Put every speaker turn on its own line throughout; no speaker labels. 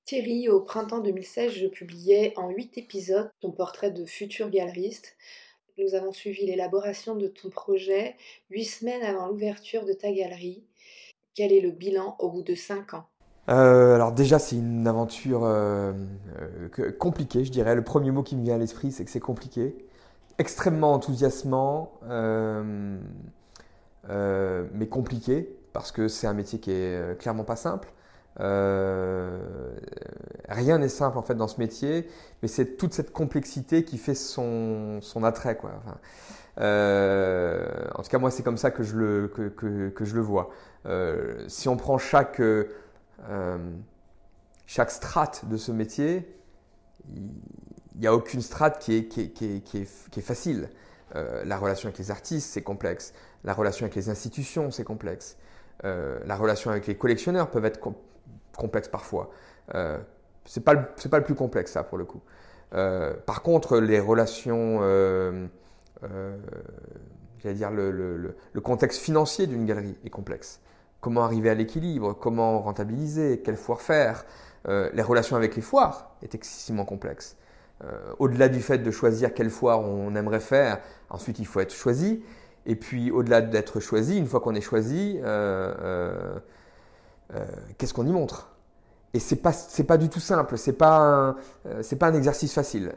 Thierry, au printemps 2016, je publiais en 8 épisodes ton portrait de futur galeriste. Nous avons suivi l'élaboration de ton projet 8 semaines avant l'ouverture de ta galerie. Quel est le bilan au bout de 5 ans?
Alors déjà, c'est une aventure compliquée, je dirais. Le premier mot qui me vient à l'esprit, c'est que c'est compliqué. Extrêmement enthousiasmant, mais compliqué, parce que c'est un métier qui est clairement pas simple. Euh, Rien n'est simple en fait dans ce métier, mais c'est toute cette complexité qui fait son attrait, quoi. Enfin, en tout cas, moi, c'est comme ça que je le vois. Si on prend euh, chaque strate de ce métier, il n'y a aucune strate qui est facile. La relation avec les artistes, c'est complexe. La relation avec les institutions, c'est complexe. La relation avec les collectionneurs peuvent être complexes parfois. C'est pas le plus complexe, ça, pour le coup. Par contre, les relations, euh, j'allais dire, le contexte financier d'une galerie est complexe. Comment arriver à l'équilibre, comment rentabiliser, quelle foire faire. Les relations avec les foires est excessivement complexe. Au-delà du fait de choisir quelle foire on aimerait faire, ensuite il faut être choisi. Et puis au-delà d'être choisi, une fois qu'on est choisi, qu'est-ce qu'on y montre? Et c'est pas du tout simple, c'est pas un exercice facile.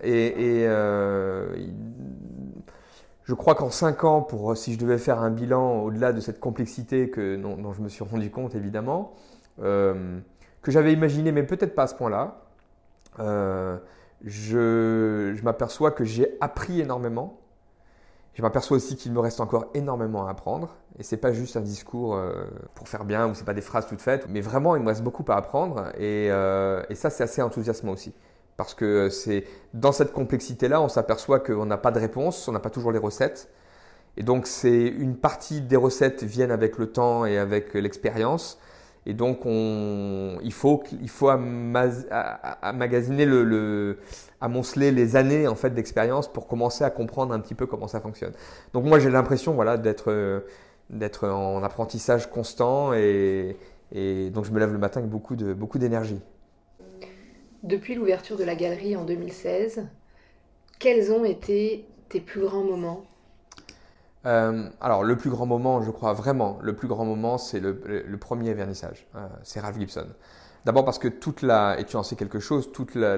Je crois qu'en 5 ans, si je devais faire un bilan au-delà de cette complexité dont je me suis rendu compte évidemment, que j'avais imaginé, mais peut-être pas à ce point-là, euh, je m'aperçois que j'ai appris énormément. Je m'aperçois aussi qu'il me reste encore énormément à apprendre. Et c'est pas juste un discours pour faire bien ou c'est pas des phrases toutes faites, mais vraiment il me reste beaucoup à apprendre. Et ça, c'est assez enthousiasmant aussi. Parce que c'est dans cette complexité-là, on s'aperçoit qu'on n'a pas de réponse, on n'a pas toujours les recettes. Et donc, c'est une partie des recettes viennent avec le temps et avec l'expérience. Et donc, il faut amagasiner amonceler les années en fait d'expérience pour commencer à comprendre un petit peu comment ça fonctionne. Donc, moi, j'ai l'impression voilà, d'être en apprentissage constant et donc je me lève le matin avec beaucoup d'énergie.
Depuis l'ouverture de la galerie en 2016, quels ont été tes plus grands moments?
Alors, le plus grand moment, je crois vraiment, le plus grand moment, c'est le premier vernissage. C'est Ralph Gibson. D'abord parce que et tu en sais quelque chose,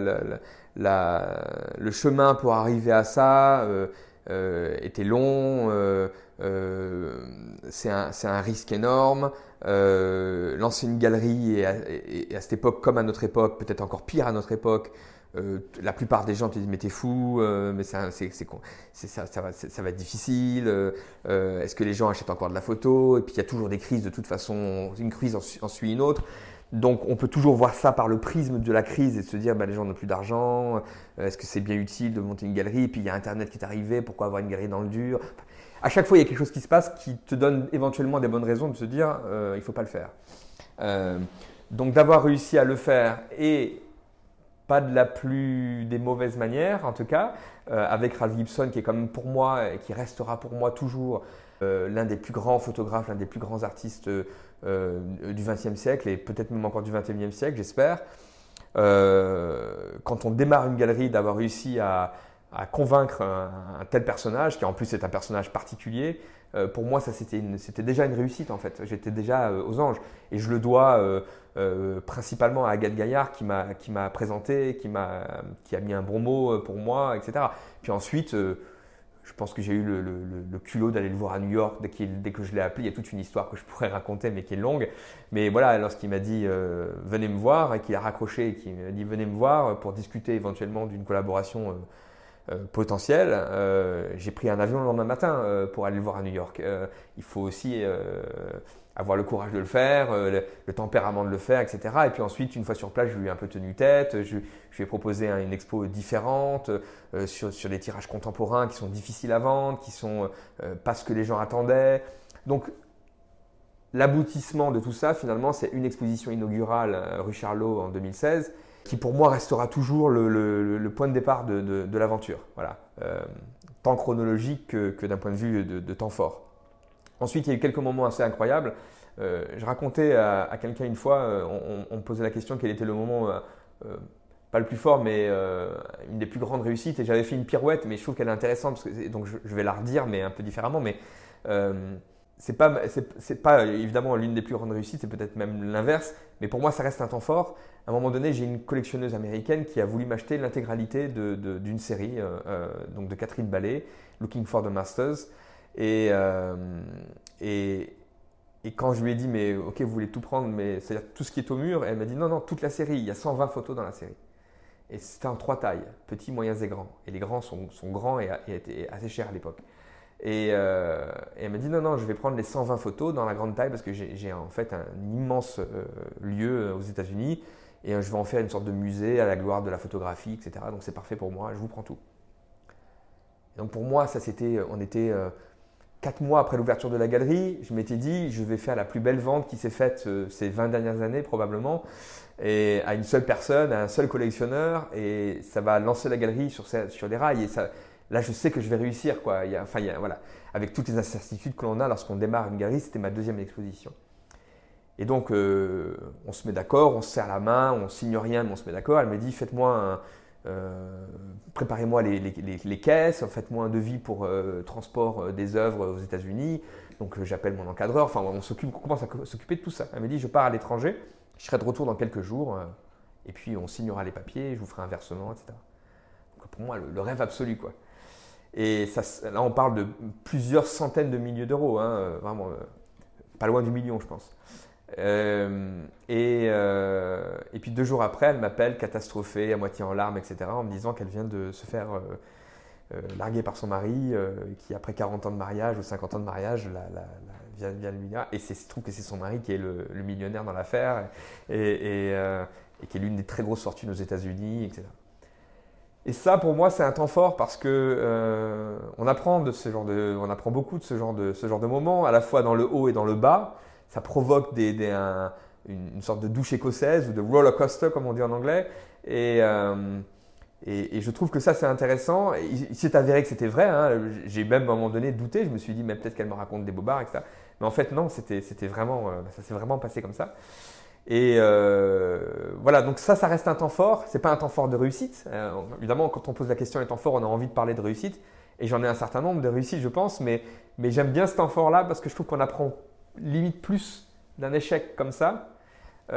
le chemin pour arriver à ça était long. C'est un risque énorme. Lancer une galerie et à cette époque, comme à notre époque, peut-être encore pire à notre époque, la plupart des gens te disent mais t'es fou, mais ça va être difficile. Est-ce que les gens achètent encore de la photo? Et puis il y a toujours des crises de toute façon, une crise en suit une autre. Donc on peut toujours voir ça par le prisme de la crise et se dire bah, les gens n'ont plus d'argent, est-ce que c'est bien utile de monter une galerie? Et puis il y a Internet qui est arrivé, pourquoi avoir une galerie dans le dur? À chaque fois il y a quelque chose qui se passe qui te donne éventuellement des bonnes raisons de se dire il ne faut pas le faire. Euh, donc d'avoir réussi à le faire et pas de la plus des mauvaises manières en tout cas, avec Ralph Gibson qui est quand même pour moi et qui restera pour moi toujours l'un des plus grands photographes, l'un des plus grands artistes du XXe siècle et peut-être même encore du XXIe siècle, j'espère. Quand on démarre une galerie, d'avoir réussi à convaincre un tel personnage, qui en plus est un personnage particulier, pour moi, ça c'était déjà une réussite en fait. J'étais déjà aux anges. Et je le dois principalement à Agathe Gaillard qui m'a présenté, qui a mis un bon mot pour moi, etc. Puis ensuite, je pense que j'ai eu le culot d'aller le voir à New York dès que je l'ai appelé. Il y a toute une histoire que je pourrais raconter, mais qui est longue. Mais voilà, lorsqu'il m'a dit venez me voir et qu'il a raccroché et qu'il m'a dit venez me voir pour discuter éventuellement d'une collaboration potentielle, j'ai pris un avion le lendemain matin pour aller le voir à New York. Il faut aussi avoir le courage de le faire, le tempérament de le faire, etc. Et puis ensuite, une fois sur place, je lui ai un peu tenu tête, je lui ai proposé une expo différente sur des tirages contemporains qui sont difficiles à vendre, qui sont pas ce que les gens attendaient. Donc, l'aboutissement de tout ça, finalement, c'est une exposition inaugurale rue Charlot en 2016, qui pour moi restera toujours le point de départ de l'aventure. Voilà. Tant chronologique que d'un point de vue de temps fort. Ensuite, il y a eu quelques moments assez incroyables. Je racontais à quelqu'un une fois, on me posait la question quel était le moment pas le plus fort, mais une des plus grandes réussites. Et j'avais fait une pirouette, mais je trouve qu'elle est intéressante, donc je vais la redire, mais un peu différemment. Mais c'est pas évidemment l'une des plus grandes réussites, c'est peut-être même l'inverse. Mais pour moi, ça reste un temps fort. À un moment donné, j'ai une collectionneuse américaine qui a voulu m'acheter l'intégralité d'une série, donc de Catherine Ballet, Looking for the Masters. Et, et quand je lui ai dit, mais ok, vous voulez tout prendre, mais c'est-à-dire tout ce qui est au mur, elle m'a dit, non, non, toute la série, il y a 120 photos dans la série. Et c'était en 3 tailles, petits, moyens et grands. Et les grands sont grands et étaient assez chers à l'époque. Et elle m'a dit, non, non, je vais prendre les 120 photos dans la grande taille parce que j'ai en fait un immense lieu aux États-Unis et je vais en faire une sorte de musée à la gloire de la photographie, etc. Donc c'est parfait pour moi, je vous prends tout. Et donc pour moi, on était 4 mois après l'ouverture de la galerie. Je m'étais dit, je vais faire la plus belle vente qui s'est faite ces 20 dernières années probablement, et à une seule personne, à un seul collectionneur, et ça va lancer la galerie sur les rails. Et ça, là, je sais que je vais réussir, quoi. Voilà. Avec toutes les incertitudes que l'on a lorsqu'on démarre une galerie, c'était ma deuxième exposition. Et donc, on se met d'accord, on se serre la main, on signe rien, mais on se met d'accord. Elle me dit, préparez-moi les caisses, faites-moi un devis pour transport des œuvres aux États-Unis. Donc, j'appelle mon encadreur. Enfin, on commence à s'occuper de tout ça. Elle me dit, je pars à l'étranger, je serai de retour dans quelques jours, et puis on signera les papiers, je vous ferai un versement, etc. Donc, pour moi, le rêve absolu, quoi. Et ça, là, on parle de plusieurs centaines de milliers d'euros, hein, vraiment pas loin du million, je pense. Et puis 2 jours après, elle m'appelle catastrophée, à moitié en larmes, etc., en me disant qu'elle vient de se faire larguer par son mari, qui après 40 ans de mariage ou 50 ans de mariage vient lui dire. Et je trouve que c'est son mari qui est le millionnaire dans l'affaire et qui est l'une des très grosses fortunes aux États-Unis, etc. Et ça, pour moi, c'est un temps fort parce que on apprend beaucoup de ce genre de moments, à la fois dans le haut et dans le bas. Ça provoque une sorte de douche écossaise ou de roller coaster, comme on dit en anglais. Et je trouve que ça, c'est intéressant. Et il s'est avéré que c'était vrai, hein. J'ai même à un moment donné douté. Je me suis dit, mais peut-être qu'elle me raconte des bobards, etc. Mais en fait, non, c'était vraiment, ça s'est vraiment passé comme ça. Et voilà, donc ça reste un temps fort. C'est pas un temps fort de réussite. Évidemment, quand on pose la question des temps forts, on a envie de parler de réussite. Et j'en ai un certain nombre de réussites, je pense. Mais j'aime bien ce temps fort-là parce que je trouve qu'on apprend limite plus d'un échec comme ça, qui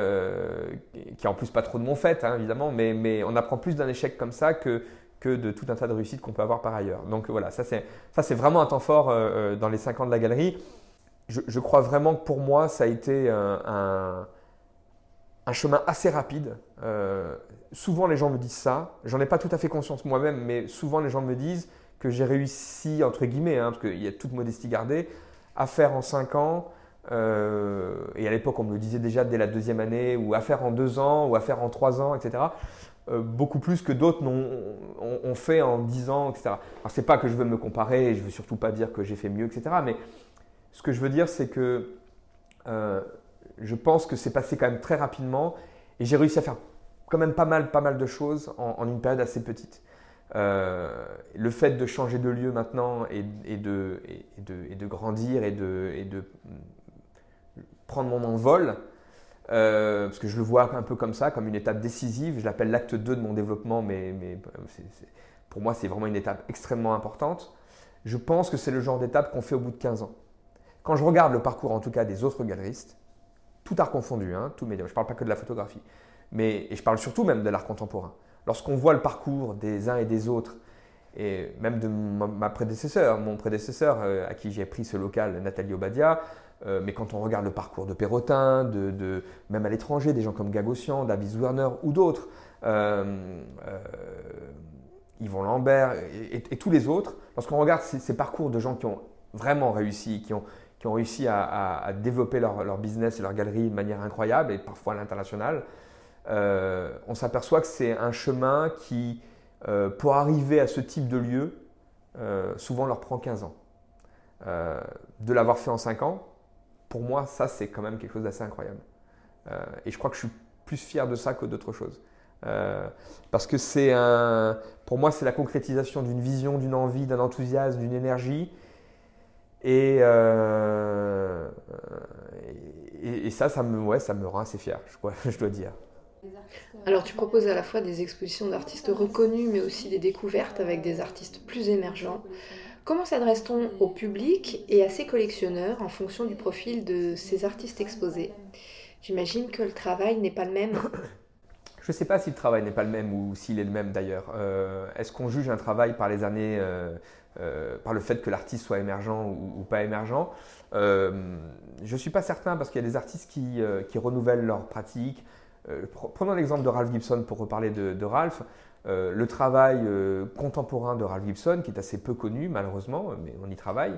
est en plus pas trop de mon fait, hein, évidemment, mais on apprend plus d'un échec comme ça que de tout un tas de réussites qu'on peut avoir par ailleurs. Donc voilà, ça c'est vraiment un temps fort dans les 5 ans de la galerie. Je crois vraiment que pour moi, ça a été un chemin assez rapide. Souvent, les gens me disent ça. J'en ai pas tout à fait conscience moi-même, mais souvent, les gens me disent que j'ai réussi, entre guillemets, hein, parce qu'il y a toute modestie gardée, à faire en 5 ans. Et à l'époque, on me le disait déjà dès la 2e année, ou à faire en 2 ans, ou à faire en 3 ans, etc. Beaucoup plus que d'autres ont fait en 10 ans, etc. Alors, c'est pas que je veux me comparer, et je veux surtout pas dire que j'ai fait mieux, etc. Mais ce que je veux dire, c'est que je pense que c'est passé quand même très rapidement et j'ai réussi à faire quand même pas mal de choses en une période assez petite. Le fait de changer de lieu maintenant et de grandir et de prendre mon envol, parce que je le vois un peu comme ça, comme une étape décisive. Je l'appelle l'acte 2 de mon développement, mais pour moi, c'est vraiment une étape extrêmement importante. Je pense que c'est le genre d'étape qu'on fait au bout de 15 ans. Quand je regarde le parcours, en tout cas, des autres galeristes, tout art confondu, hein, tout média, je ne parle pas que de la photographie, et je parle surtout même de l'art contemporain. Lorsqu'on voit le parcours des uns et des autres, et même de mon prédécesseur à qui j'ai pris ce local, Nathalie Obadia, mais quand on regarde le parcours de Perrotin, même à l'étranger, des gens comme Gagosian, David Werner ou d'autres, Yvon Lambert et tous les autres, lorsqu'on regarde ces parcours de gens qui ont vraiment réussi, qui ont réussi à développer leur business et leur galerie de manière incroyable et parfois à l'international, on s'aperçoit que c'est un chemin qui, pour arriver à ce type de lieu, souvent leur prend 15 ans. De l'avoir fait en 5 ans, pour moi, ça c'est quand même quelque chose d'assez incroyable. Et je crois que je suis plus fier de ça que d'autres choses. Parce que pour moi, c'est la concrétisation d'une vision, d'une envie, d'un enthousiasme, d'une énergie. Et ça me rend assez fier, je dois dire.
Alors tu proposes à la fois des expositions d'artistes reconnus, mais aussi des découvertes avec des artistes plus émergents. Comment s'adresse-t-on au public et à ses collectionneurs en fonction du profil de ces artistes exposés? J'imagine que le travail n'est pas le même.
Je ne sais pas si le travail n'est pas le même ou s'il est le même d'ailleurs. Est-ce qu'on juge un travail par les années, par le fait que l'artiste soit émergent ou pas émergent? Je ne suis pas certain parce qu'il y a des artistes qui renouvellent leurs pratiques. Prenons l'exemple de Ralph Gibson pour reparler de Ralph. Le travail contemporain de Ralph Gibson, qui est assez peu connu malheureusement, mais on y travaille.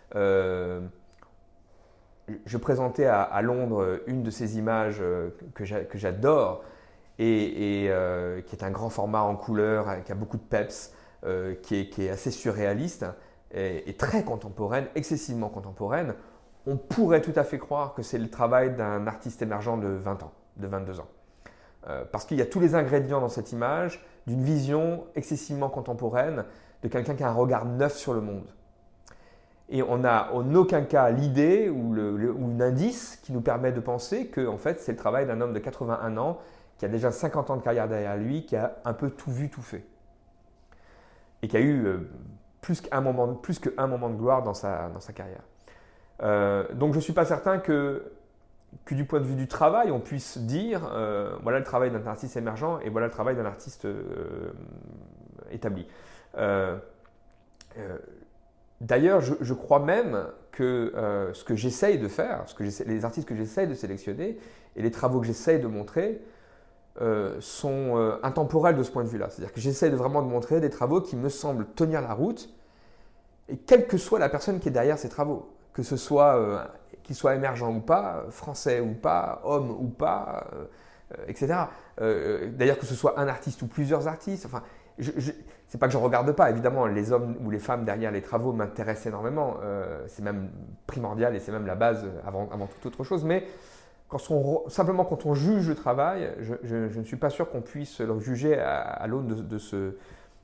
Je présentais à Londres une de ces images que j'adore et qui est un grand format en couleur, qui a beaucoup de peps, qui est assez surréaliste et très contemporaine, excessivement contemporaine. On pourrait tout à fait croire que c'est le travail d'un artiste émergent de 20 ans, de 22 ans. Parce qu'il y a tous les ingrédients dans cette image d'une vision excessivement contemporaine de quelqu'un qui a un regard neuf sur le monde. Et on n'a en aucun cas l'idée ou un indice qui nous permet de penser que en fait, c'est le travail d'un homme de 81 ans qui a déjà 50 ans de carrière derrière lui, qui a un peu tout vu, tout fait. Et qui a eu plus qu'un moment de gloire dans sa carrière. Donc je ne suis pas certain que du point de vue du travail, on puisse dire voilà le travail d'un artiste émergent et voilà le travail d'un artiste établi. D'ailleurs, je crois même que ce que j'essaye de faire, les artistes que j'essaye de sélectionner et les travaux que j'essaye de montrer sont intemporels de ce point de vue-là. C'est-à-dire que j'essaye vraiment de montrer des travaux qui me semblent tenir la route, et quelle que soit la personne qui est derrière ces travaux, que ce soit qu'il soit émergent ou pas, français ou pas, homme ou pas, etc. D'ailleurs, que ce soit un artiste ou plusieurs artistes, enfin, c'est pas que je ne regarde pas, évidemment, les hommes ou les femmes derrière les travaux m'intéressent énormément, c'est même primordial et c'est même la base avant toute autre chose, mais simplement quand on juge le travail, je ne suis pas sûr qu'on puisse le juger à l'aune de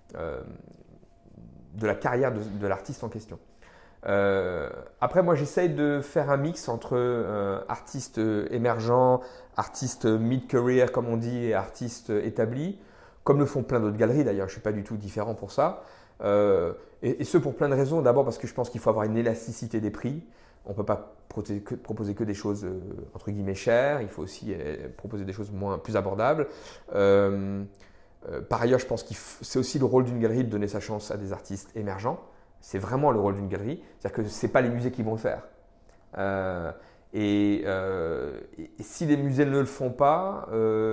la carrière de l'artiste en question. Après, moi, j'essaye de faire un mix entre artistes émergents, artistes mid-career, comme on dit, et artistes établis, comme le font plein d'autres galeries d'ailleurs, je ne suis pas du tout différent pour ça. Et ce pour plein de raisons. D'abord parce que je pense qu'il faut avoir une élasticité des prix. On ne peut pas proposer que des choses entre guillemets chères, il faut aussi proposer des choses plus abordables. Par ailleurs, je pense que c'est aussi le rôle d'une galerie de donner sa chance à des artistes émergents. C'est vraiment le rôle d'une galerie. C'est-à-dire que ce n'est pas les musées qui vont le faire. Et si les musées ne le font pas,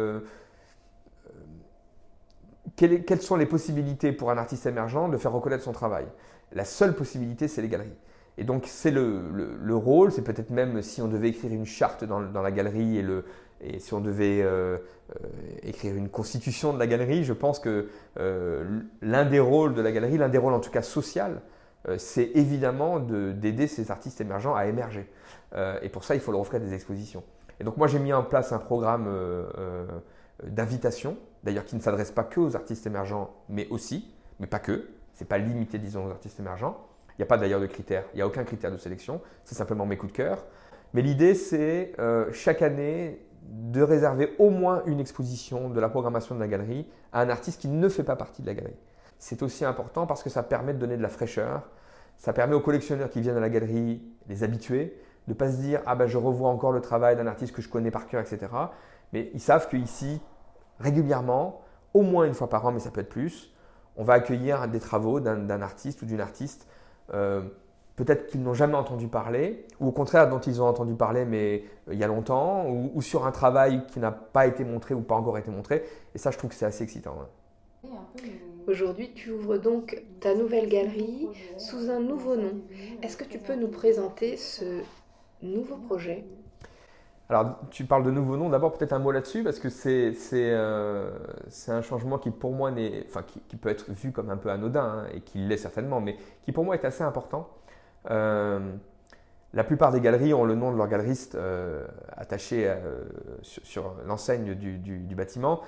quelles sont les possibilités pour un artiste émergent de faire reconnaître son travail? La seule possibilité, c'est les galeries. Et donc, c'est le rôle, c'est peut-être même si on devait écrire une charte dans la galerie et si on devait écrire une constitution de la galerie, je pense que l'un des rôles de la galerie, l'un des rôles en tout cas social, c'est évidemment d'aider ces artistes émergents à émerger. Et pour ça, il faut leur offrir des expositions. Et donc, moi, j'ai mis en place un programme d'invitation, d'ailleurs qui ne s'adresse pas que aux artistes émergents, mais aussi, mais pas que, ce n'est pas limité, disons, aux artistes émergents. Il n'y a pas d'ailleurs de critères, il n'y a aucun critère de sélection, c'est simplement mes coups de cœur. Mais l'idée, c'est chaque année de réserver au moins une exposition de la programmation de la galerie à un artiste qui ne fait pas partie de la galerie. C'est aussi important parce que ça permet de donner de la fraîcheur, ça permet aux collectionneurs qui viennent à la galerie, les habitués, de ne pas se dire « Ah ben je revois encore le travail d'un artiste que je connais par cœur, etc. » Mais ils savent qu'ici, régulièrement, au moins une fois par an, mais ça peut être plus, on va accueillir des travaux d'un artiste ou d'une artiste peut-être qu'ils n'ont jamais entendu parler, ou au contraire dont ils ont entendu parler mais il y a longtemps, ou sur un travail qui n'a pas été montré ou pas encore été montré. Et ça, je trouve que c'est assez excitant. Ouais.
Aujourd'hui, tu ouvres donc ta nouvelle galerie sous un nouveau nom. Est-ce que tu peux nous présenter ce nouveau projet ?
Alors, tu parles de nouveau nom. D'abord, peut-être un mot là-dessus, parce que c'est un changement qui, pour moi, qui peut être vu comme un peu anodin, hein, et qui l'est certainement, mais qui, pour moi, est assez important. La plupart des galeries ont le nom de leur galeriste attaché sur l'enseigne du bâtiment.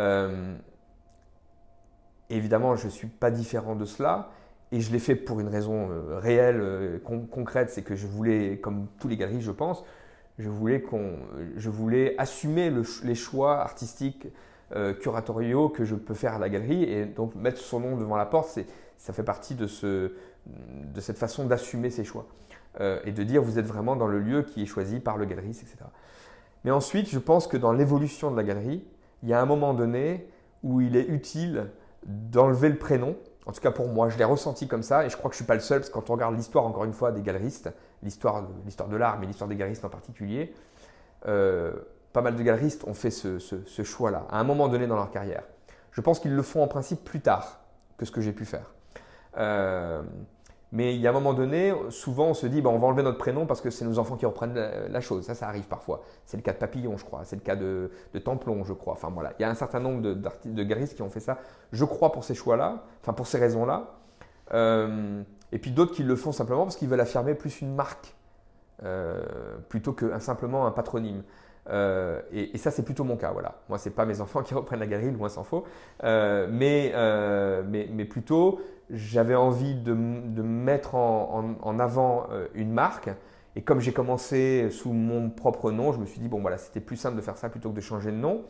Évidemment, je ne suis pas différent de cela. Et je l'ai fait pour une raison réelle, concrète, c'est que je voulais, comme tous les galeries, je pense, Je voulais assumer les choix artistiques, curatoriaux que je peux faire à la galerie, et donc mettre son nom devant la porte, ça fait partie de cette façon d'assumer ses choix et de dire vous êtes vraiment dans le lieu qui est choisi par le galeriste, etc. Mais ensuite, je pense que dans l'évolution de la galerie, il y a un moment donné où il est utile d'enlever le prénom. En tout cas pour moi, je l'ai ressenti comme ça, et je crois que je ne suis pas le seul, parce que quand on regarde l'histoire, encore une fois, des galeristes, l'histoire de l'art, mais l'histoire des galeristes en particulier, pas mal de galeristes ont fait ce choix-là, à un moment donné dans leur carrière. Je pense qu'ils le font en principe plus tard que ce que j'ai pu faire. Mais il y a un moment donné, souvent on se dit on va enlever notre prénom parce que c'est nos enfants qui reprennent la chose. Ça arrive parfois. C'est le cas de Papillon, je crois. C'est le cas de Templon, je crois. Enfin voilà, il y a un certain nombre de galeristes qui ont fait ça, je crois, pour ces choix-là, enfin pour ces raisons-là. Et puis d'autres qui le font simplement parce qu'ils veulent affirmer plus une marque plutôt que simplement un patronyme. Et ça, c'est plutôt mon cas. Voilà. Moi, ce n'est pas mes enfants qui reprennent la galerie, loin s'en faut. Mais plutôt, j'avais envie de mettre en avant une marque. Et comme j'ai commencé sous mon propre nom, je me suis dit, voilà, c'était plus simple de faire ça plutôt que de changer de nom.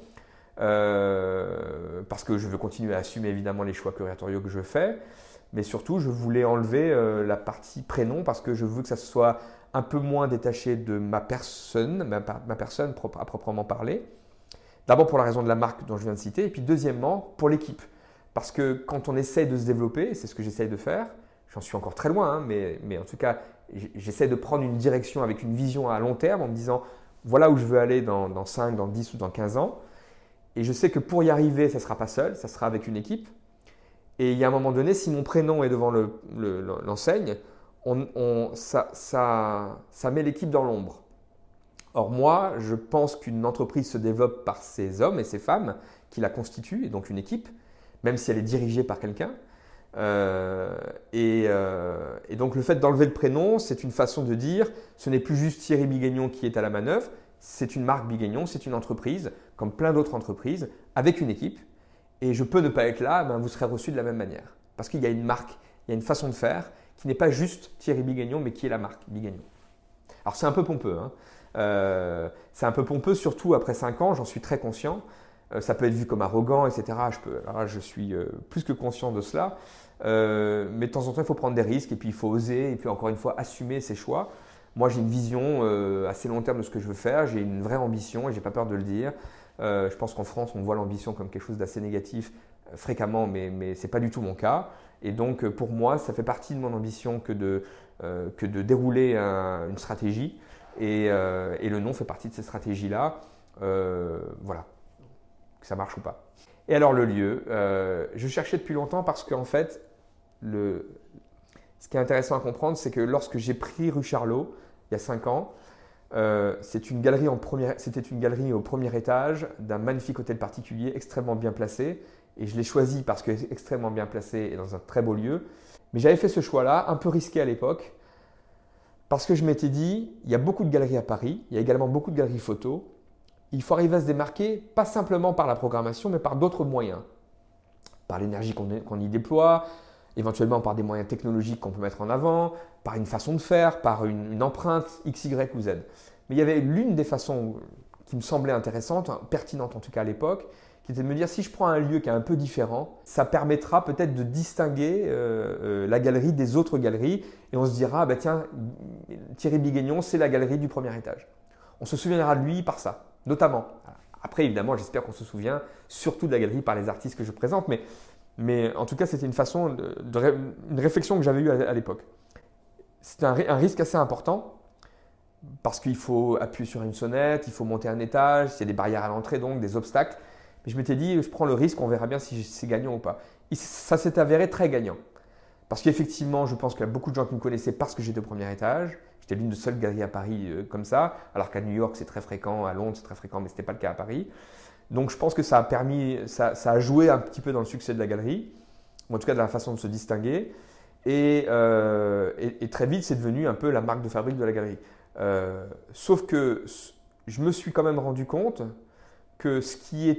Parce que je veux continuer à assumer évidemment les choix curatoriaux que je fais. Mais surtout, je voulais enlever la partie prénom parce que je veux que ça soit un peu moins détaché de ma personne à proprement parler. D'abord pour la raison de la marque dont je viens de citer, et puis deuxièmement pour l'équipe. Parce que quand on essaye de se développer, c'est ce que j'essaye de faire, j'en suis encore très loin, mais en tout cas, j'essaie de prendre une direction avec une vision à long terme en me disant voilà où je veux aller dans 5, dans 10 ou dans 15 ans. Et je sais que pour y arriver, ça ne sera pas seul, ça sera avec une équipe. Et il y a un moment donné, si mon prénom est devant l'enseigne, ça met l'équipe dans l'ombre. Or moi, je pense qu'une entreprise se développe par ses hommes et ses femmes qui la constituent, et donc une équipe, même si elle est dirigée par quelqu'un. Et donc le fait d'enlever le prénom, c'est une façon de dire ce n'est plus juste Thierry Bigagnon qui est à la manœuvre, c'est une marque Bigagnon, c'est une entreprise, comme plein d'autres entreprises, avec une équipe. Et je peux ne pas être là, vous serez reçu de la même manière. Parce qu'il y a une marque, il y a une façon de faire qui n'est pas juste Thierry Bigagnon, mais qui est la marque Bigagnon. Alors c'est un peu pompeux. C'est un peu pompeux, surtout après 5 ans, j'en suis très conscient. Ça peut être vu comme arrogant, etc. Je suis plus que conscient de cela. Mais de temps en temps, il faut prendre des risques et puis il faut oser et puis encore une fois assumer ses choix. Moi, j'ai une vision assez long terme de ce que je veux faire. J'ai une vraie ambition et je n'ai pas peur de le dire. Je pense qu'en France, on voit l'ambition comme quelque chose d'assez négatif fréquemment, mais ce n'est pas du tout mon cas. Et donc, pour moi, ça fait partie de mon ambition que de dérouler une stratégie. Et le nom fait partie de cette stratégie-là. Voilà, que ça marche ou pas. Et alors, le lieu, je cherchais depuis longtemps parce qu'en fait, ce qui est intéressant à comprendre, c'est que lorsque j'ai pris rue Charlot, il y a 5 ans, c'était une galerie au premier étage d'un magnifique hôtel particulier extrêmement bien placé. Et je l'ai choisi parce que c'est extrêmement bien placé et dans un très beau lieu. Mais j'avais fait ce choix-là, un peu risqué à l'époque, parce que je m'étais dit, il y a beaucoup de galeries à Paris, il y a également beaucoup de galeries photo. Il faut arriver à se démarquer, pas simplement par la programmation, mais par d'autres moyens. Par l'énergie qu'on y déploie, éventuellement par des moyens technologiques qu'on peut mettre en avant, par une façon de faire, par une empreinte X, Y ou Z. Mais il y avait l'une des façons qui me semblait intéressante, pertinente en tout cas à l'époque, qui était de me dire si je prends un lieu qui est un peu différent, ça permettra peut-être de distinguer la galerie des autres galeries et on se dira tiens, Thierry Bigagnon, c'est la galerie du premier étage. On se souviendra de lui par ça, notamment. Après, évidemment, j'espère qu'on se souvient surtout de la galerie par les artistes que je présente, mais en tout cas, c'était une façon, une réflexion que j'avais eue à l'époque. C'était un risque assez important parce qu'il faut appuyer sur une sonnette, il faut monter un étage, il y a des barrières à l'entrée, donc des obstacles. Mais je m'étais dit, je prends le risque, on verra bien si c'est gagnant ou pas. Et ça s'est avéré très gagnant. Parce qu'effectivement, je pense qu'il y a beaucoup de gens qui me connaissaient parce que j'étais au premier étage. J'étais l'une des seules galeries à Paris comme ça, alors qu'à New York, c'est très fréquent, à Londres, c'est très fréquent, mais ce n'était pas le cas à Paris. Donc je pense que ça a joué un petit peu dans le succès de la galerie, ou en tout cas de la façon de se distinguer. Et très vite, c'est devenu un peu la marque de fabrique de la galerie. Sauf que je me suis quand même rendu compte que ce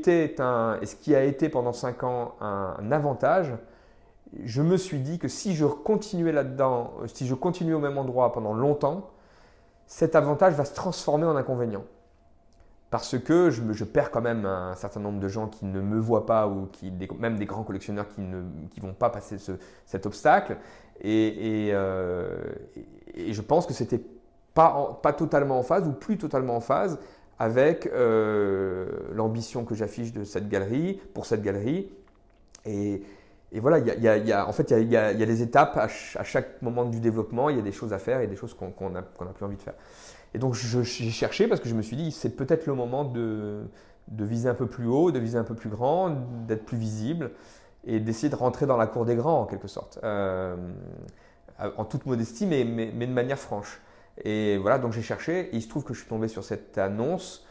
qui a été pendant 5 ans un avantage, je me suis dit que si je continuais là-dedans, si je continuais au même endroit pendant longtemps, cet avantage va se transformer en inconvénient. Parce que je perds quand même un certain nombre de gens qui ne me voient pas ou même des grands collectionneurs qui ne vont pas passer cet obstacle. Et je pense que c'était pas totalement en phase ou plus totalement en phase avec l'ambition que j'affiche pour cette galerie. Et voilà, en fait, il y a des étapes à chaque moment du développement, il y a des choses à faire et des choses qu'on n'a plus envie de faire. Et donc j'ai cherché parce que je me suis dit, c'est peut-être le moment de viser un peu plus haut, de viser un peu plus grand, d'être plus visible et d'essayer de rentrer dans la cour des grands en quelque sorte, en toute modestie, mais de manière franche. Et voilà, donc j'ai cherché et il se trouve que je suis tombé sur cette annonce.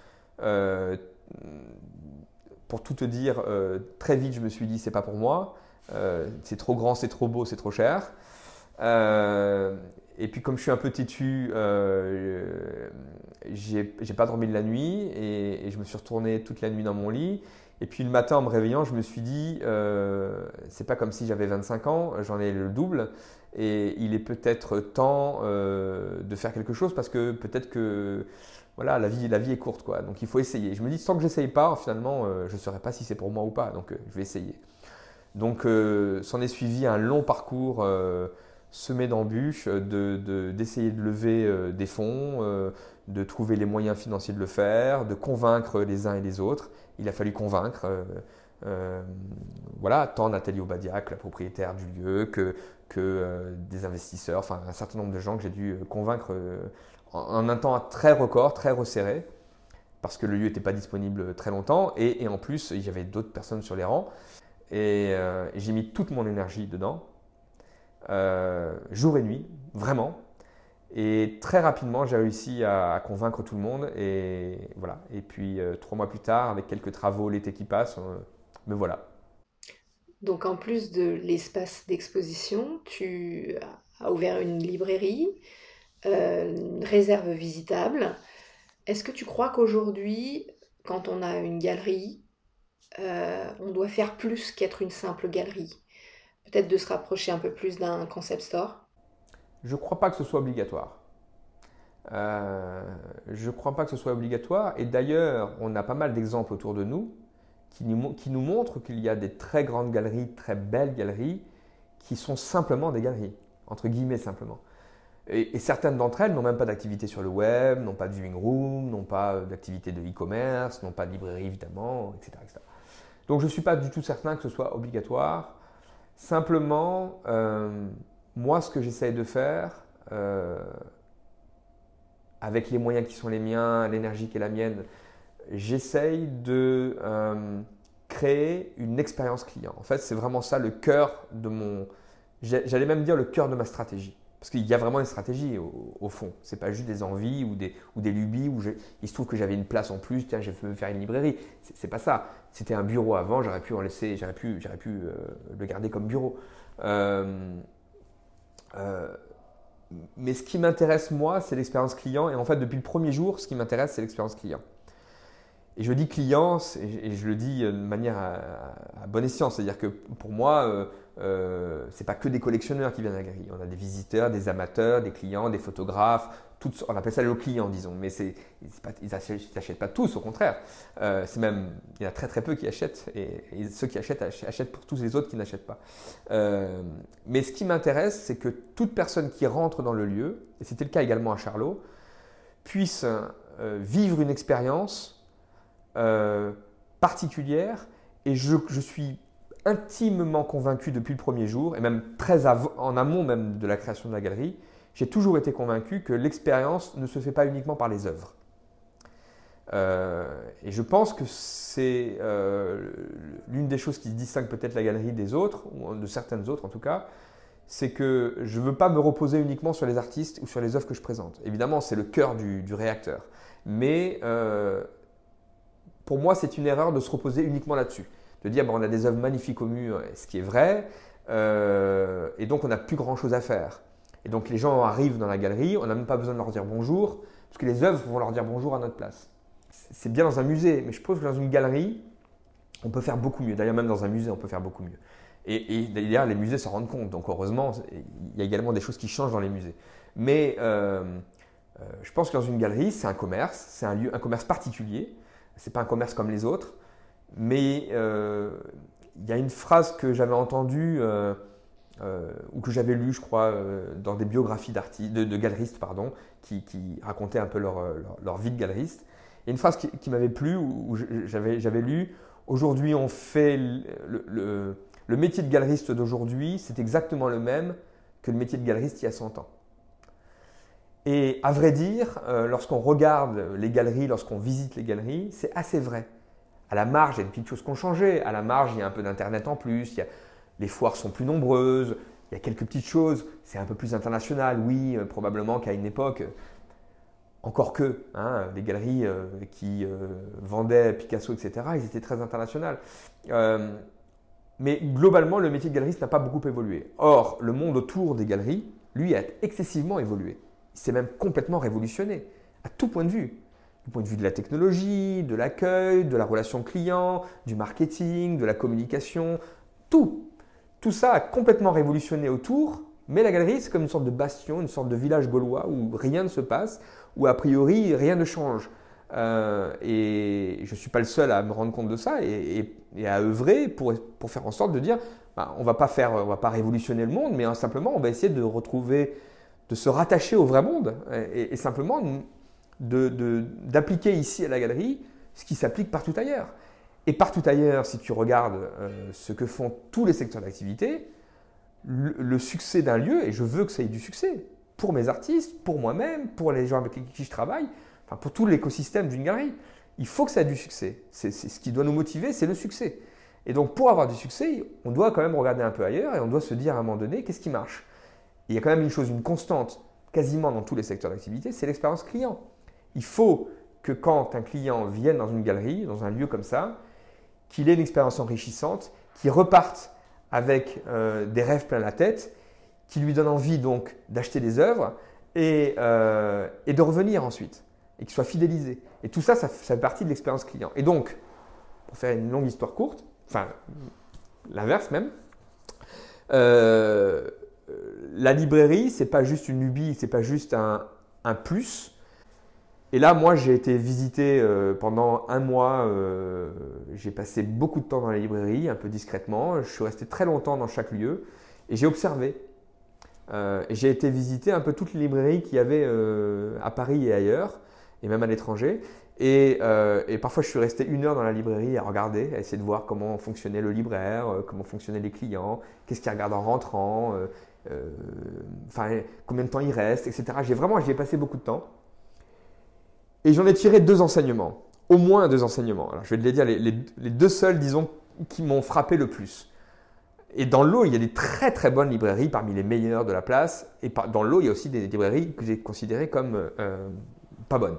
Pour tout te dire, très vite je me suis dit, c'est pas pour moi, c'est trop grand, c'est trop beau, c'est trop cher. Et puis comme je suis un peu têtu, j'ai pas dormi de la nuit et je me suis retourné toute la nuit dans mon lit. Et puis le matin en me réveillant, je me suis dit, c'est pas comme si j'avais 25 ans, j'en ai le double. Et il est peut-être temps de faire quelque chose parce que peut-être que voilà, la vie est courte, quoi. Donc il faut essayer. Je me dis, tant que j'essaye pas, finalement, je ne saurais pas si c'est pour moi ou pas. Donc je vais essayer. Donc s'en est suivi un long parcours semé d'embûches, d'essayer de lever des fonds, de trouver les moyens financiers de le faire, de convaincre les uns et les autres. Il a fallu convaincre voilà, tant Nathalie Obadiac, la propriétaire du lieu, que des investisseurs, enfin un certain nombre de gens que j'ai dû convaincre en un temps très record, très resserré, parce que le lieu n'était pas disponible très longtemps et en plus il y avait d'autres personnes sur les rangs. Et j'ai mis toute mon énergie dedans, jour et nuit, vraiment. Et très rapidement, j'ai réussi à convaincre tout le monde. Et voilà. Et puis 3 mois plus tard, avec quelques travaux l'été qui passe, me voilà.
Donc en plus de l'espace d'exposition, tu as ouvert une librairie, une réserve visitable. Est-ce que tu crois qu'aujourd'hui, quand on a une galerie, on doit faire plus qu'être une simple galerie? Peut-être de se rapprocher un peu plus d'un concept store?
Je ne crois pas que ce soit obligatoire. Je ne crois pas que ce soit obligatoire. Et d'ailleurs, on a pas mal d'exemples autour de nous qui nous montrent qu'il y a des très grandes galeries, très belles galeries, qui sont simplement des galeries, entre guillemets simplement. Et certaines d'entre elles n'ont même pas d'activité sur le web, n'ont pas de viewing room, n'ont pas d'activité de e-commerce, n'ont pas de librairie évidemment, etc. etc. Donc je ne suis pas du tout certain que ce soit obligatoire. Simplement, moi ce que j'essaye de faire, avec les moyens qui sont les miens, l'énergie qui est la mienne, j'essaye de créer une expérience client. En fait, c'est vraiment ça le cœur de j'allais même dire le cœur de ma stratégie. Parce qu'il y a vraiment une stratégie au fond. Ce n'est pas juste des envies ou des lubies où il se trouve que j'avais une place en plus, tiens, je vais me faire une librairie. C'est pas ça. C'était un bureau avant, j'aurais pu le garder comme bureau. Mais ce qui m'intéresse moi, c'est l'expérience client. Et en fait, depuis le premier jour, ce qui m'intéresse, c'est l'expérience client. Et je dis client, et je le dis de manière à bon escient, c'est-à-dire que pour moi, ce n'est pas que des collectionneurs qui viennent à la galerie. On a des visiteurs, des amateurs, des clients, des photographes, on appelle ça le client, disons. Mais ils n'achètent pas tous, au contraire. Il y en a très très peu qui achètent, et ceux qui achètent pour tous les autres qui n'achètent pas. Mais ce qui m'intéresse, c'est que toute personne qui rentre dans le lieu, et c'était le cas également à Charlot, puisse vivre une expérience particulière, et je suis intimement convaincu depuis le premier jour, et même en amont même de la création de la galerie, j'ai toujours été convaincu que l'expérience ne se fait pas uniquement par les œuvres. Et je pense que c'est l'une des choses qui distingue peut-être la galerie des autres, ou de certaines autres en tout cas, c'est que je ne veux pas me reposer uniquement sur les artistes ou sur les œuvres que je présente. Évidemment, c'est le cœur du réacteur. Mais pour moi, c'est une erreur de se reposer uniquement là-dessus. De dire, on a des œuvres magnifiques au mur, ce qui est vrai, et donc on n'a plus grand-chose à faire. Et donc les gens arrivent dans la galerie, on n'a même pas besoin de leur dire bonjour, parce que les œuvres vont leur dire bonjour à notre place. C'est bien dans un musée, mais je pense que dans une galerie, on peut faire beaucoup mieux. D'ailleurs, même dans un musée, on peut faire beaucoup mieux. Et d'ailleurs, les musées s'en rendent compte. Donc heureusement, il y a également des choses qui changent dans les musées. Mais Je pense que dans une galerie, c'est un commerce, c'est un commerce particulier. Ce n'est pas un commerce comme les autres. Mais il y a une phrase que j'avais entendue ou que j'avais lue, je crois, dans des biographies de galeristes qui racontaient un peu leur vie de galeriste. Il y a une phrase qui m'avait plu où j'avais lu « Aujourd'hui, on fait le métier de galeriste d'aujourd'hui, c'est exactement le même que le métier de galeriste il y a 100 ans. » Et à vrai dire, lorsqu'on regarde les galeries, lorsqu'on visite les galeries, c'est assez vrai. À la marge, il y a des petites choses qui ont changé. À la marge, il y a un peu d'internet en plus. Les foires sont plus nombreuses. Il y a quelques petites choses. C'est un peu plus international, oui, probablement qu'à une époque. Encore que, les galeries qui vendaient Picasso, etc., ils étaient très internationales. Mais globalement, le métier de galeriste n'a pas beaucoup évolué. Or, le monde autour des galeries, lui, a excessivement évolué. Il s'est même complètement révolutionné, à tout point de vue. Du point de vue de la technologie, de l'accueil, de la relation client, du marketing, de la communication, tout. Tout ça a complètement révolutionné autour, mais la galerie, c'est comme une sorte de bastion, une sorte de village gaulois où rien ne se passe, où a priori rien ne change. Et je ne suis pas le seul à me rendre compte de ça et à œuvrer pour faire en sorte de dire on ne va pas révolutionner le monde, mais simplement on va essayer de se rattacher au vrai monde et simplement d'appliquer ici à la galerie ce qui s'applique partout ailleurs. Et partout ailleurs, si tu regardes ce que font tous les secteurs d'activité, le succès d'un lieu, et je veux que ça ait du succès, pour mes artistes, pour moi-même, pour les gens avec qui je travaille, enfin pour tout l'écosystème d'une galerie, il faut que ça ait du succès. C'est ce qui doit nous motiver, c'est le succès. Et donc pour avoir du succès, on doit quand même regarder un peu ailleurs et on doit se dire à un moment donné, qu'est-ce qui marche? Il y a quand même une constante, quasiment dans tous les secteurs d'activité, c'est l'expérience client. Il faut que quand un client vienne dans une galerie, dans un lieu comme ça, qu'il ait une expérience enrichissante, qu'il reparte avec des rêves plein la tête, qui lui donnent envie donc d'acheter des œuvres et de revenir ensuite, et qu'il soit fidélisé. Et tout ça, ça fait partie de l'expérience client. Et donc, pour faire une longue histoire courte, enfin l'inverse même, la librairie, ce n'est pas juste une lubie, ce n'est pas juste un plus. Et là, moi, j'ai été visiter pendant un mois, j'ai passé beaucoup de temps dans la librairie, un peu discrètement. Je suis resté très longtemps dans chaque lieu et j'ai observé. Et j'ai été visiter un peu toutes les librairies qu'il y avait à Paris et ailleurs, et même à l'étranger. Et parfois, je suis resté 1 heure dans la librairie à regarder, à essayer de voir comment fonctionnait le libraire, comment fonctionnaient les clients, qu'est-ce qu'ils regardent en rentrant, combien de temps il reste, etc. J'y ai passé beaucoup de temps. Et j'en ai tiré 2 enseignements, au moins 2 enseignements. Alors, je vais te les dire, les 2 seuls, disons, qui m'ont frappé le plus. Et dans le lot, il y a des très très bonnes librairies parmi les meilleures de la place. Et dans le lot, il y a aussi des librairies que j'ai considérées comme pas bonnes.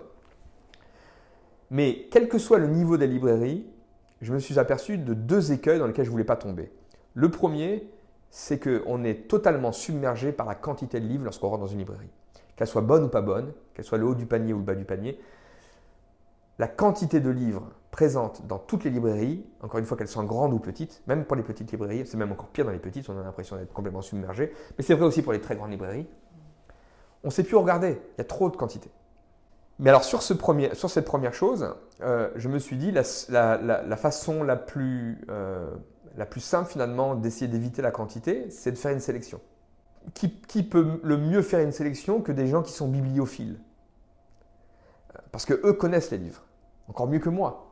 Mais quel que soit le niveau des librairies, je me suis aperçu de 2 écueils dans lesquels je ne voulais pas tomber. Le premier, c'est qu'on est totalement submergé par la quantité de livres lorsqu'on rentre dans une librairie. Qu'elle soit bonne ou pas bonne, qu'elle soit le haut du panier ou le bas du panier, la quantité de livres présente dans toutes les librairies, encore une fois qu'elles soient grandes ou petites, même pour les petites librairies, c'est même encore pire dans les petites, on a l'impression d'être complètement submergé, mais c'est vrai aussi pour les très grandes librairies, on ne sait plus regarder, il y a trop de quantité. Mais alors sur cette première chose, je me suis dit la façon la plus simple finalement d'essayer d'éviter la quantité, c'est de faire une sélection. Qui peut le mieux faire une sélection que des gens qui sont bibliophiles? Parce qu'eux connaissent les livres, encore mieux que moi.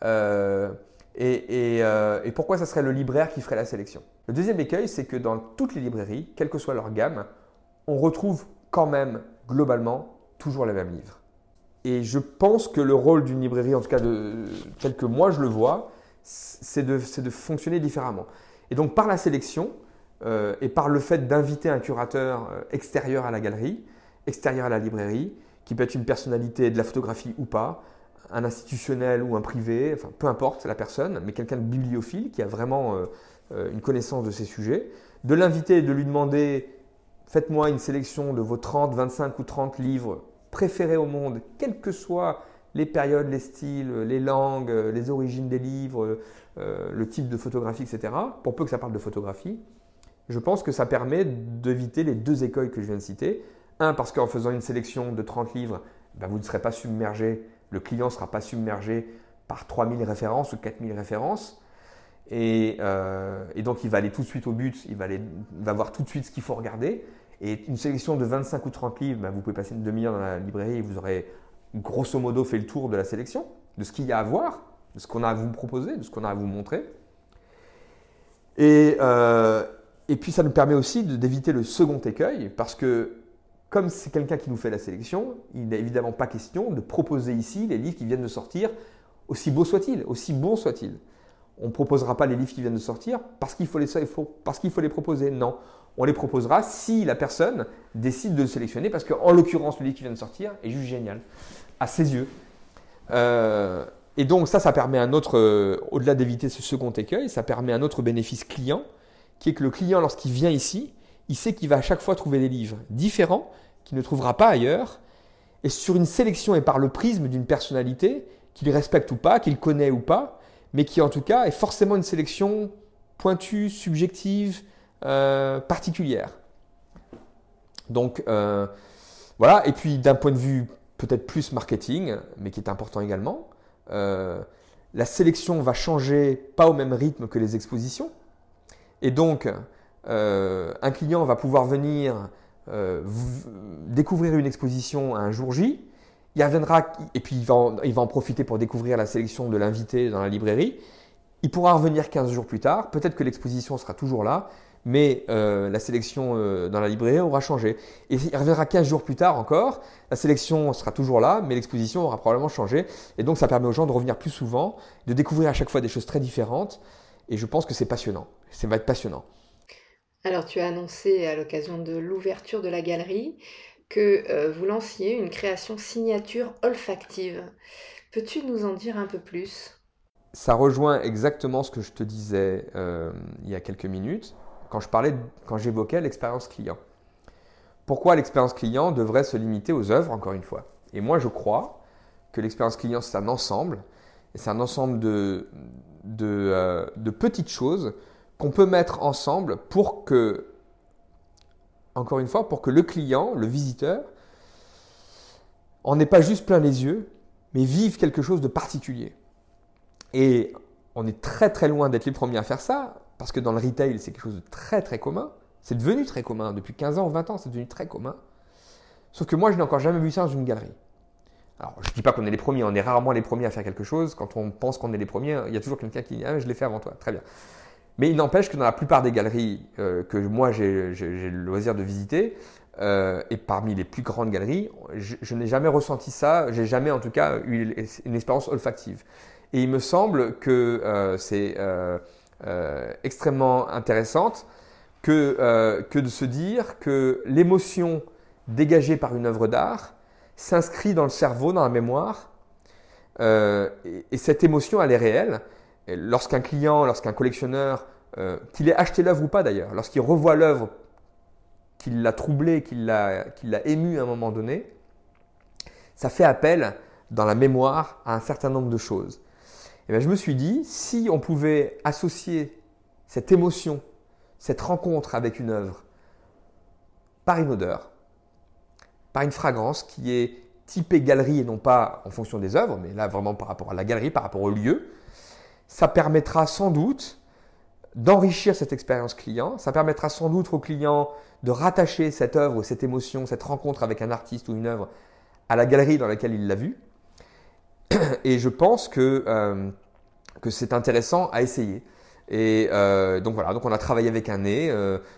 Et pourquoi ça serait le libraire qui ferait la sélection? Le deuxième écueil, c'est que dans toutes les librairies, quelle que soit leur gamme, on retrouve quand même globalement toujours les mêmes livres. Et je pense que le rôle d'une librairie, en tout cas tel que moi je le vois, c'est de fonctionner différemment. Et donc par la sélection et par le fait d'inviter un curateur extérieur à la galerie, extérieur à la librairie, qui peut être une personnalité de la photographie ou pas, un institutionnel ou un privé, enfin peu importe la personne, mais quelqu'un de bibliophile qui a vraiment une connaissance de ces sujets, de l'inviter et de lui demander « faites-moi une sélection de vos 30, 25 ou 30 livres préférés au monde, quelles que soient les périodes, les styles, les langues, les origines des livres, le type de photographie, etc. » Pour peu que ça parle de photographie, je pense que ça permet d'éviter les 2 écueils que je viens de citer. Parce qu'en faisant une sélection de 30 livres, vous ne serez pas submergé, le client ne sera pas submergé par 3000 références ou 4000 références. Et donc, il va aller tout de suite au but, il va voir tout de suite ce qu'il faut regarder. Et une sélection de 25 ou 30 livres, vous pouvez passer une demi-heure dans la librairie et vous aurez grosso modo fait le tour de la sélection, de ce qu'il y a à voir, de ce qu'on a à vous proposer, de ce qu'on a à vous montrer. Et puis, ça nous permet aussi d'éviter le second écueil, parce que comme c'est quelqu'un qui nous fait la sélection, il n'est évidemment pas question de proposer ici les livres qui viennent de sortir, aussi beaux soient-ils, aussi bons soient-ils. On ne proposera pas les livres qui viennent de sortir parce qu'il faut les proposer. Non, on les proposera si la personne décide de le sélectionner, parce qu'en l'occurrence, le livre qui vient de sortir est juste génial, à ses yeux. Et donc ça permet un autre, au-delà d'éviter ce second écueil, ça permet un autre bénéfice client, qui est que le client, lorsqu'il vient ici, il sait qu'il va à chaque fois trouver des livres différents, qu'il ne trouvera pas ailleurs, et sur une sélection et par le prisme d'une personnalité qu'il respecte ou pas, qu'il connaît ou pas, mais qui en tout cas est forcément une sélection pointue, subjective, particulière. Donc voilà, et puis d'un point de vue peut-être plus marketing, mais qui est important également, la sélection va changer pas au même rythme que les expositions. Et donc, un client va pouvoir venir découvrir une exposition un jour J. Il reviendra et puis il va en profiter pour découvrir la sélection de l'invité dans la librairie. Il pourra revenir 15 jours plus tard. Peut-être que l'exposition sera toujours là, mais la sélection dans la librairie aura changé. Et il reviendra 15 jours plus tard encore. La sélection sera toujours là, mais l'exposition aura probablement changé. Et donc, ça permet aux gens de revenir plus souvent, de découvrir à chaque fois des choses très différentes. Et je pense que c'est passionnant. Ça va être passionnant.
Alors, tu as annoncé à l'occasion de l'ouverture de la galerie que vous lanciez une création signature olfactive. Peux-tu nous en dire un peu plus ?
Ça rejoint exactement ce que je te disais il y a quelques minutes quand j'évoquais l'expérience client. Pourquoi l'expérience client devrait se limiter aux œuvres, encore une fois ? Et moi, je crois que l'expérience client, c'est un ensemble. Et c'est un ensemble de petites choses qu'on peut mettre ensemble pour que, encore une fois, pour que le client, le visiteur, en ait pas juste plein les yeux, mais vive quelque chose de particulier. Et on est très très loin d'être les premiers à faire ça, parce que dans le retail, c'est quelque chose de très très commun. C'est devenu très commun. Depuis 15 ans ou 20 ans, c'est devenu très commun. Sauf que moi, je n'ai encore jamais vu ça dans une galerie. Alors, je ne dis pas qu'on est les premiers, on est rarement les premiers à faire quelque chose. Quand on pense qu'on est les premiers, il y a toujours quelqu'un qui dit « Ah, je l'ai fait avant toi. » Très bien. Mais il n'empêche que dans la plupart des galeries que moi j'ai le loisir de visiter, et parmi les plus grandes galeries, je n'ai jamais ressenti ça, j'ai jamais en tout cas eu une expérience olfactive. Et il me semble que c'est extrêmement intéressante que de se dire que l'émotion dégagée par une œuvre d'art s'inscrit dans le cerveau, dans la mémoire, et cette émotion, elle est réelle. Et lorsqu'un client, lorsqu'un collectionneur, qu'il ait acheté l'œuvre ou pas d'ailleurs, lorsqu'il revoit l'œuvre, qu'il l'a troublé, qu'il l'a ému à un moment donné, ça fait appel dans la mémoire à un certain nombre de choses. Et bien, je me suis dit, si on pouvait associer cette émotion, cette rencontre avec une œuvre, par une odeur, par une fragrance qui est typée galerie et non pas en fonction des œuvres, mais là vraiment par rapport à la galerie, par rapport au lieu, ça permettra sans doute d'enrichir cette expérience client, ça permettra sans doute au client de rattacher cette œuvre, cette émotion, cette rencontre avec un artiste ou une œuvre à la galerie dans laquelle il l'a vue. Et je pense que c'est intéressant à essayer. Et donc voilà, donc on a travaillé avec un nez.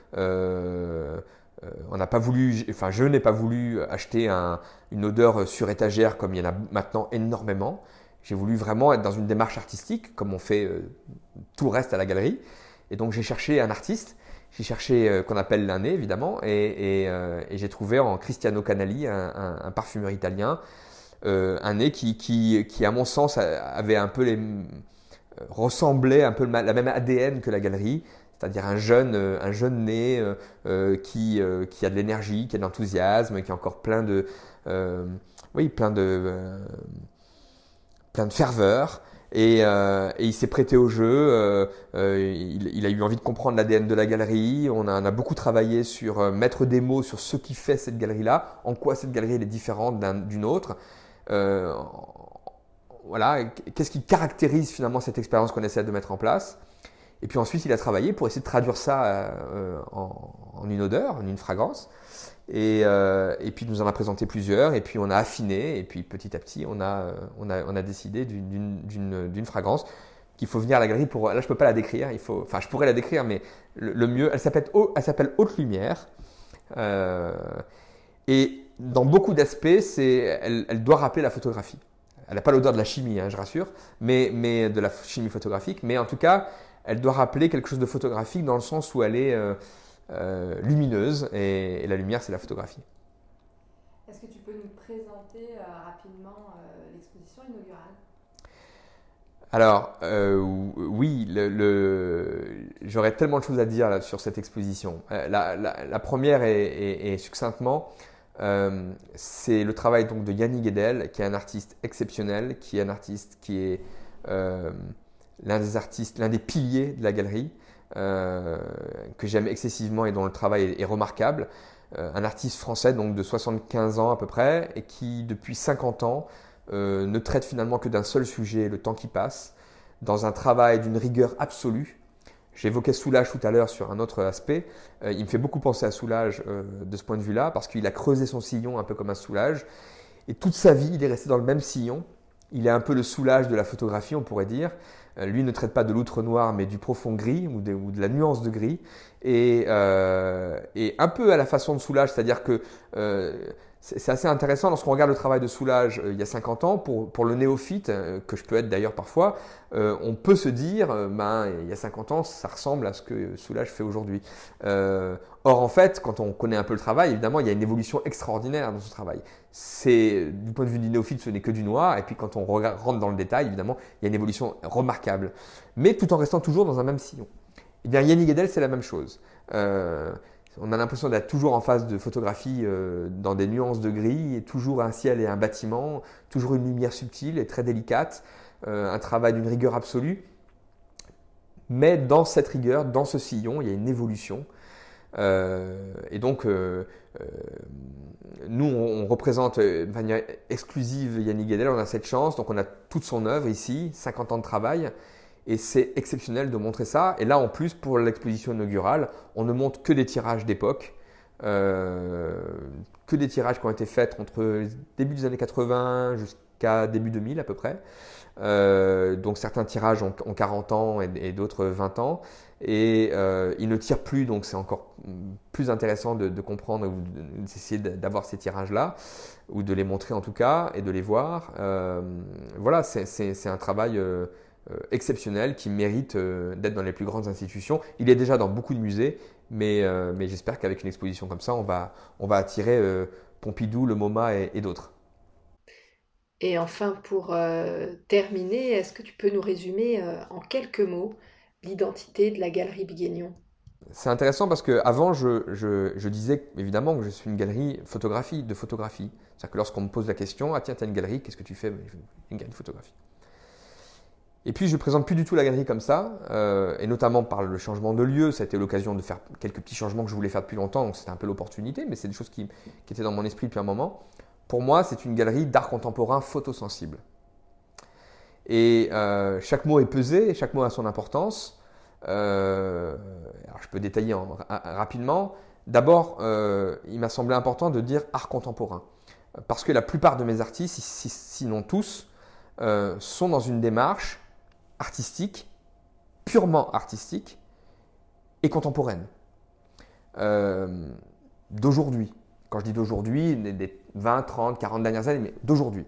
On n'a pas voulu, enfin je n'ai pas voulu acheter une odeur sur étagère comme il y en a maintenant énormément. J'ai voulu vraiment être dans une démarche artistique, comme on fait tout le reste à la galerie. Et donc j'ai cherché un artiste, j'ai cherché qu'on appelle un nez évidemment, et j'ai trouvé en Cristiano Canali, un parfumeur italien, un nez qui à mon sens avait un peu ressemblait un peu la même ADN que la galerie, c'est-à-dire un jeune nez qui a de l'énergie, qui a de l'enthousiasme, qui a encore plein de ferveur, Et il s'est prêté au jeu. Il a eu envie de comprendre l'ADN de la galerie. On a beaucoup travaillé sur mettre des mots sur ce qui fait cette galerie-là, en quoi cette galerie elle est différente d'une autre. Voilà, qu'est-ce qui caractérise finalement cette expérience qu'on essaie de mettre en place. Et puis ensuite, il a travaillé pour essayer de traduire ça en une odeur, en une fragrance. Et puis, il nous en a présenté plusieurs. Et puis, on a affiné. Et puis, petit à petit, on a décidé d'une fragrance qu'il faut venir à la galerie pour… Là, je ne peux pas la décrire. Enfin, je pourrais la décrire, mais le mieux… Elle s'appelle Haute Lumière. Et dans beaucoup d'aspects, elle doit rappeler la photographie. Elle n'a pas l'odeur de la chimie, je rassure, mais de la chimie photographique. Mais en tout cas, elle doit rappeler quelque chose de photographique dans le sens où elle est lumineuse et la lumière, c'est la photographie.
Est-ce que tu peux nous présenter rapidement l'exposition inaugurale ?
Alors, oui, j'aurais tellement de choses à dire là, sur cette exposition. La première est succinctement, c'est le travail donc, de Yannick Guédel, qui est un artiste exceptionnel, qui est un artiste qui est l'un des piliers de la galerie, que j'aime excessivement et dont le travail est remarquable. Un artiste français donc de 75 ans à peu près et qui depuis 50 ans ne traite finalement que d'un seul sujet, le temps qui passe, dans un travail d'une rigueur absolue. J'évoquais Soulages tout à l'heure sur un autre aspect. Il me fait beaucoup penser à Soulages de ce point de vue-là parce qu'il a creusé son sillon un peu comme un Soulages et toute sa vie il est resté dans le même sillon. Il est un peu le Soulages de la photographie, on pourrait dire. Lui ne traite pas de l'outre noir, mais du profond gris ou de la nuance de gris. Et un peu à la façon de Soulages, c'est-à-dire que c'est assez intéressant lorsqu'on regarde le travail de Soulages il y a 50 ans, pour le néophyte, que je peux être d'ailleurs parfois, on peut se dire, il y a 50 ans, ça ressemble à ce que Soulages fait aujourd'hui. Or, en fait, quand on connaît un peu le travail, évidemment, il y a une évolution extraordinaire dans ce travail. Du point de vue du néophyte, ce n'est que du noir. Et puis, quand on rentre dans le détail, évidemment, il y a une évolution remarquable. Mais tout en restant toujours dans un même sillon. Eh bien, Yannick Guédel, c'est la même chose. On a l'impression d'être toujours en phase de photographie dans des nuances de gris, et toujours un ciel et un bâtiment, toujours une lumière subtile et très délicate, un travail d'une rigueur absolue. Mais dans cette rigueur, dans ce sillon, il y a une évolution. Et donc, nous, on représente de manière exclusive Yannick Guédel, on a cette chance, donc on a toute son œuvre ici, 50 ans de travail, et c'est exceptionnel de montrer ça. Et là, en plus, pour l'exposition inaugurale, on ne montre que des tirages d'époque, que des tirages qui ont été faits entre début des années 80 jusqu'à début 2000 à peu près. Donc certains tirages ont 40 ans et d'autres 20 ans. Et ils ne tirent plus, donc c'est encore plus intéressant de comprendre ou d'essayer d'avoir ces tirages-là, ou de les montrer en tout cas, et de les voir. Voilà, c'est un travail exceptionnel qui mérite d'être dans les plus grandes institutions. Il est déjà dans beaucoup de musées, mais j'espère qu'avec une exposition comme ça, on va attirer Pompidou, le MoMA et d'autres.
Et enfin, pour terminer, est-ce que tu peux nous résumer en quelques mots l'identité de la Galerie Biguignon ?
C'est intéressant parce qu'avant, je disais évidemment que je suis une galerie de photographie. C'est-à-dire que lorsqu'on me pose la question, ah tiens, tu as une galerie, qu'est-ce que tu fais ? Une galerie de photographie. Et puis, je ne présente plus du tout la galerie comme ça, et notamment par le changement de lieu. Ça a été l'occasion de faire quelques petits changements que je voulais faire depuis longtemps, donc c'était un peu l'opportunité, mais c'est des choses qui étaient dans mon esprit depuis un moment. Pour moi, c'est une galerie d'art contemporain photosensible. Et chaque mot est pesé, et chaque mot a son importance. Alors je peux détailler rapidement. D'abord, il m'a semblé important de dire art contemporain. Parce que la plupart de mes artistes, sinon tous, sont dans une démarche artistique, purement artistique et contemporaine. D'aujourd'hui. Quand je dis d'aujourd'hui, des 20, 30, 40 dernières années, mais d'aujourd'hui.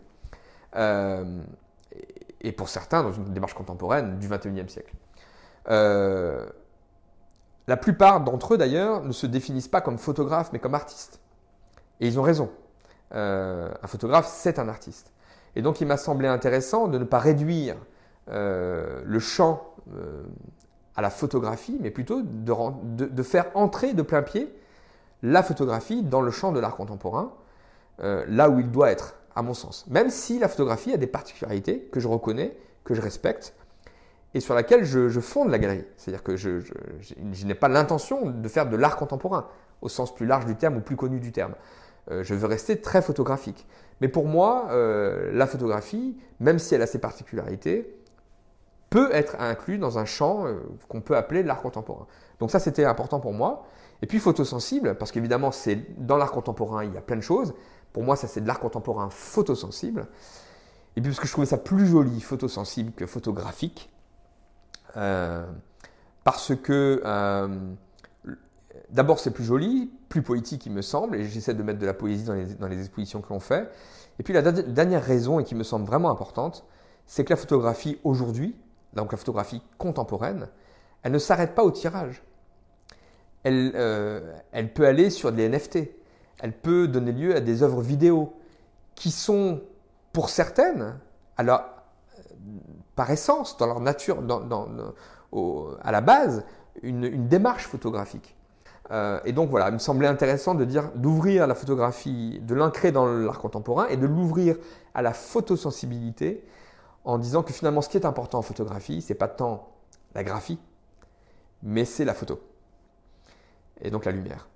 Et pour certains, dans une démarche contemporaine du XXIe siècle. La plupart d'entre eux, d'ailleurs, ne se définissent pas comme photographes, mais comme artistes. Et ils ont raison. Un photographe, c'est un artiste. Et donc, il m'a semblé intéressant de ne pas réduire le champ à la photographie, mais plutôt de faire entrer de plein pied la photographie dans le champ de l'art contemporain, là où il doit être, à mon sens. Même si la photographie a des particularités que je reconnais, que je respecte et sur laquelle je fonde la galerie. C'est-à-dire que je n'ai pas l'intention de faire de l'art contemporain au sens plus large du terme ou plus connu du terme. Je veux rester très photographique. Mais pour moi, la photographie, même si elle a ses particularités, peut être inclus dans un champ qu'on peut appeler l'art contemporain. Donc ça, c'était important pour moi. Et puis photosensible, parce qu'évidemment, dans l'art contemporain, il y a plein de choses. Pour moi, ça, c'est de l'art contemporain photosensible. Et puis parce que je trouvais ça plus joli, photosensible, que photographique. Parce que, d'abord, c'est plus joli, plus poétique, il me semble, et j'essaie de mettre de la poésie dans les expositions que l'on fait. Et puis la dernière raison, et qui me semble vraiment importante, c'est que la photographie aujourd'hui, donc la photographie contemporaine, elle ne s'arrête pas au tirage. Elle peut aller sur des NFT. Elle peut donner lieu à des œuvres vidéo qui sont, pour certaines, par essence, dans leur nature, à la base, une démarche photographique. Et donc voilà, il me semblait intéressant d'ouvrir la photographie, de l'ancrer dans l'art contemporain et de l'ouvrir à la photosensibilité en disant que finalement ce qui est important en photographie, ce n'est pas tant la graphie, mais c'est la photo et donc la lumière.